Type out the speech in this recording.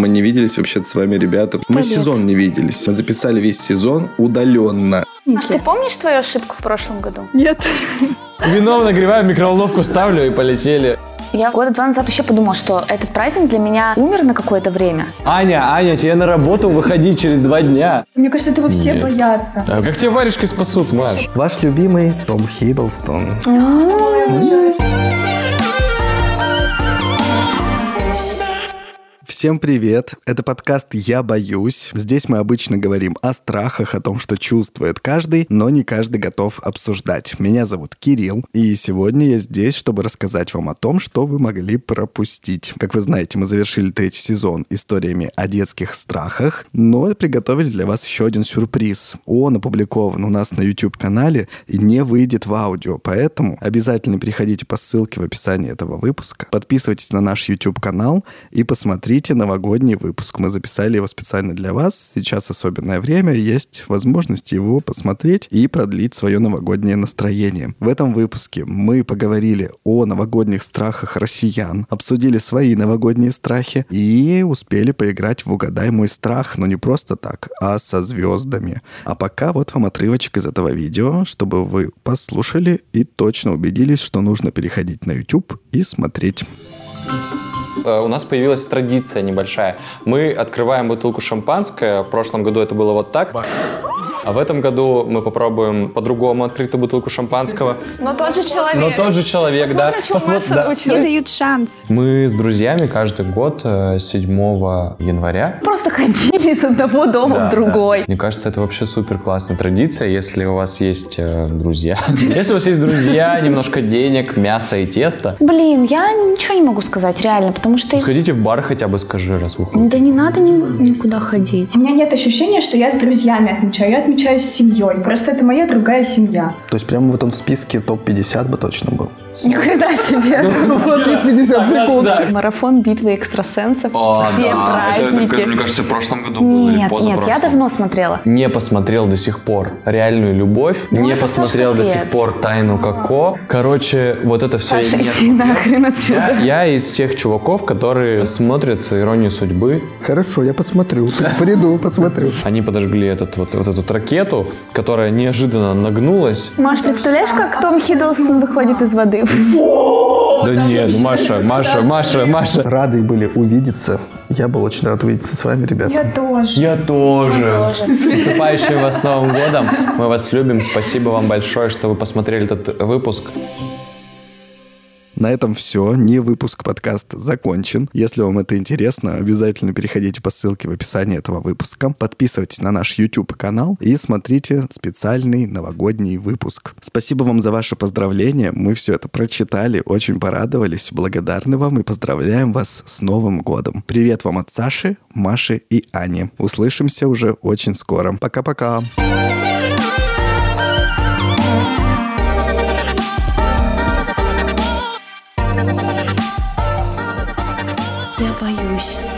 Мы не виделись вообще-то с вами, ребята. Мы сезон не виделись. Мы записали весь сезон удаленно. Маш, ты помнишь твою ошибку в прошлом году? Нет. Вино нагреваю, в микроволновку ставлю и полетели. Я года 2 назад еще подумала, что этот праздник для меня умер на какое-то время. Аня, тебе на работу выходить через 2 дня. Мне кажется, этого все боятся. А как тебе варежкой спасут, Маш? Ваш любимый Том Хиддлстон. Всем привет! Это подкаст «Я боюсь». Здесь мы обычно говорим о страхах, о том, что чувствует каждый, но не каждый готов обсуждать. Меня зовут Кирилл, и сегодня я здесь, чтобы рассказать вам о том, что вы могли пропустить. Как вы знаете, мы завершили 3-й сезон историями о детских страхах, но приготовили для вас еще один сюрприз. Он опубликован у нас на YouTube-канале и не выйдет в аудио, поэтому обязательно переходите по ссылке в описании этого выпуска, подписывайтесь на наш YouTube-канал и посмотрите новогодний выпуск. Мы записали его специально для вас. Сейчас особенное время, есть возможность его посмотреть и продлить свое новогоднее настроение. В этом выпуске мы поговорили о новогодних страхах россиян, обсудили свои новогодние страхи и успели поиграть в «Угадай мой страх», но не просто так, а со звездами. А пока вот вам отрывочек из этого видео, чтобы вы послушали и точно убедились, что нужно переходить на YouTube и смотреть. У нас появилась традиция небольшая. Мы открываем бутылку шампанское. В прошлом году это было вот так. А в этом году мы попробуем по-другому открыть эту бутылку шампанского. Но тот же человек. Да. Мне дают шанс. Мы с друзьями каждый год 7 января. Просто ходили из одного дома в другой. Да. Мне кажется, это вообще супер классная традиция, если у вас есть друзья. Если у вас есть друзья, немножко денег, мяса и теста. Блин, я ничего не могу сказать, реально, потому что... Сходите в бар хотя бы, скажи, раз вы ходите. Да не надо никуда ходить. У меня нет ощущения, что я с друзьями отмечаю. Я отмечаю с семьей. Просто это моя другая семья. То есть прямо вот он в списке топ-50 бы точно был. Ни хрена себе. У вас есть 50 секунд. Марафон битвы экстрасенсов. Все праздники. Это, мне кажется, в прошлом году было или позапрошлом. Нет, я давно смотрела. Не посмотрел до сих пор «Реальную любовь», не посмотрел до сих пор «Тайну Коко». Короче, вот это все... Саша, иди нахрен отсюда. Я из тех чуваков, которые смотрят «Иронию судьбы». Хорошо, я посмотрю. Приду, посмотрю. Они подожгли вот эту ракету, которая неожиданно нагнулась. Маш, представляешь, как Том Хиддлстон выходит из воды? Да нет, Маша. Рады были увидеться. Я был очень рад увидеться с вами, ребята. Я тоже. С наступающим вас Новым годом. Мы вас любим. Спасибо вам большое, что вы посмотрели этот выпуск. На этом все. Не выпуск подкаста закончен. Если вам это интересно, обязательно переходите по ссылке в описании этого выпуска. Подписывайтесь на наш YouTube-канал и смотрите специальный новогодний выпуск. Спасибо вам за ваше поздравление. Мы все это прочитали, очень порадовались, благодарны вам и поздравляем вас с Новым годом. Привет вам от Саши, Маши и Ани. Услышимся уже очень скоро. Пока-пока. Я боюсь.